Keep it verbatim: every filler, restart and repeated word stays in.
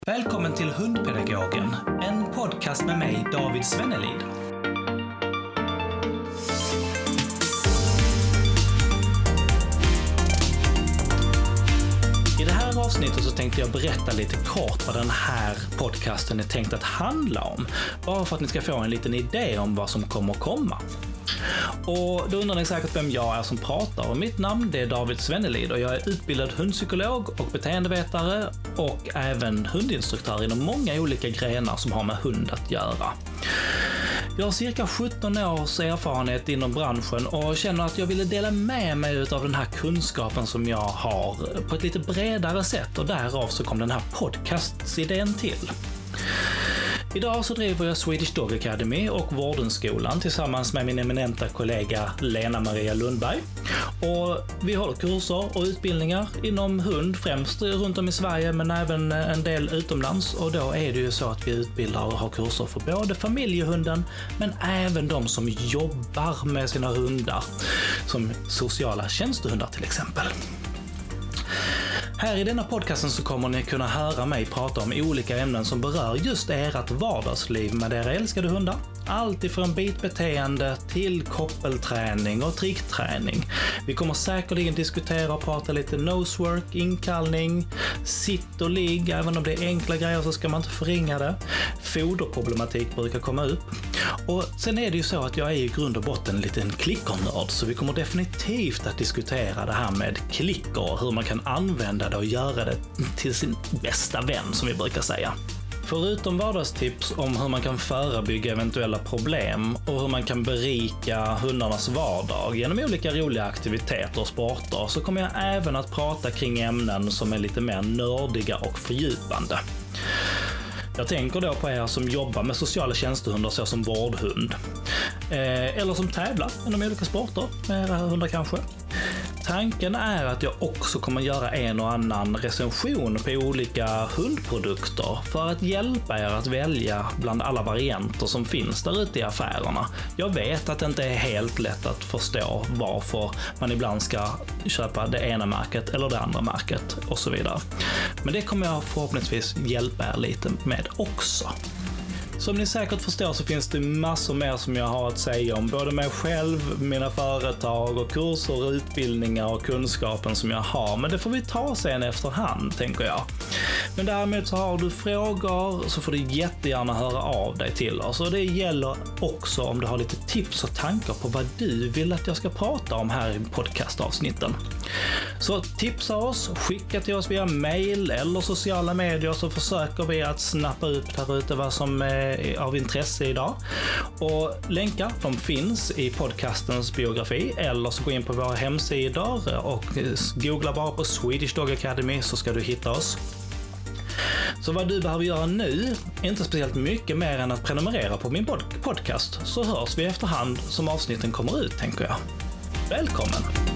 Välkommen till Hundpedagogen, en podcast med mig, David Svennelid. I det här avsnittet så tänkte jag berätta lite kort vad den här podcasten är tänkt att handla om. Bara för att ni ska få en liten idé om vad som kommer att komma. Och då undrar ni säkert vem jag är som pratar. Och mitt namn det är David Svennelid och jag är utbildad hundpsykolog och beteendevetare och även hundinstruktör inom många olika grenar som har med hund att göra. Jag har cirka sjutton års erfarenhet inom branschen och känner att jag ville dela med mig av den här kunskapen som jag har på ett lite bredare sätt, och därav så kom den här podcast-idén till. Idag så driver jag Swedish Dog Academy och Vårdenskolan tillsammans med min eminenta kollega Lena Maria Lundberg. Och vi håller kurser och utbildningar inom hund, främst runt om i Sverige men även en del utomlands. Och då är det ju så att vi utbildar och har kurser för både familjehunden men även de som jobbar med sina hundar, som sociala tjänstehundar till exempel. Här i denna podcasten så kommer ni kunna höra mig prata om olika ämnen som berör just ert vardagsliv med era älskade hundar. Allt ifrån bitbeteende till koppelträning och trickträning. Vi kommer säkerligen diskutera och prata lite nosework, inkallning, sitt och ligg. Även om det är enkla grejer så ska man inte förringa det. Foderproblematik brukar komma upp. Och sen är det ju så att jag är i grund och botten en liten klickernörd, så vi kommer definitivt att diskutera det här med klicker, hur man kan använda det och göra det till sin bästa vän, som vi brukar säga. Förutom vardagstips om hur man kan förebygga eventuella problem och hur man kan berika hundarnas vardag genom olika roliga aktiviteter och sporter, så kommer jag även att prata kring ämnen som är lite mer nördiga och fördjupande. Jag tänker då på er som jobbar med sociala tjänstehundar så som vårdhund. Eh, eller som tävlar inom olika sporter med era hundar kanske. Tanken är att jag också kommer göra en och annan recension på olika hundprodukter för att hjälpa er att välja bland alla varianter som finns där ute i affärerna. Jag vet att det inte är helt lätt att förstå varför man ibland ska köpa det ena märket eller det andra märket och så vidare. Men det kommer jag förhoppningsvis hjälpa er lite med också. Som ni säkert förstår så finns det massor mer som jag har att säga om både mig själv, mina företag och kurser, utbildningar och kunskapen som jag har. Men det får vi ta sen efterhand, tänker jag. Men däremot så har du frågor så får du jättegärna höra av dig till oss. Och det gäller också om du har lite tips och tankar på vad du vill att jag ska prata om här i podcastavsnitten. Så tipsa oss, skicka till oss via mail eller sociala medier, så försöker vi att snappa upp där ute vad som är av intresse idag. Och länkar, de finns i podcastens biografi, eller så gå in på våra hemsidor och googla bara på Swedish Dog Academy så ska du hitta oss. Så vad du behöver göra nu är inte speciellt mycket mer än att prenumerera på min podcast, så hörs vi efterhand som avsnitten kommer ut, tänker jag. Välkommen!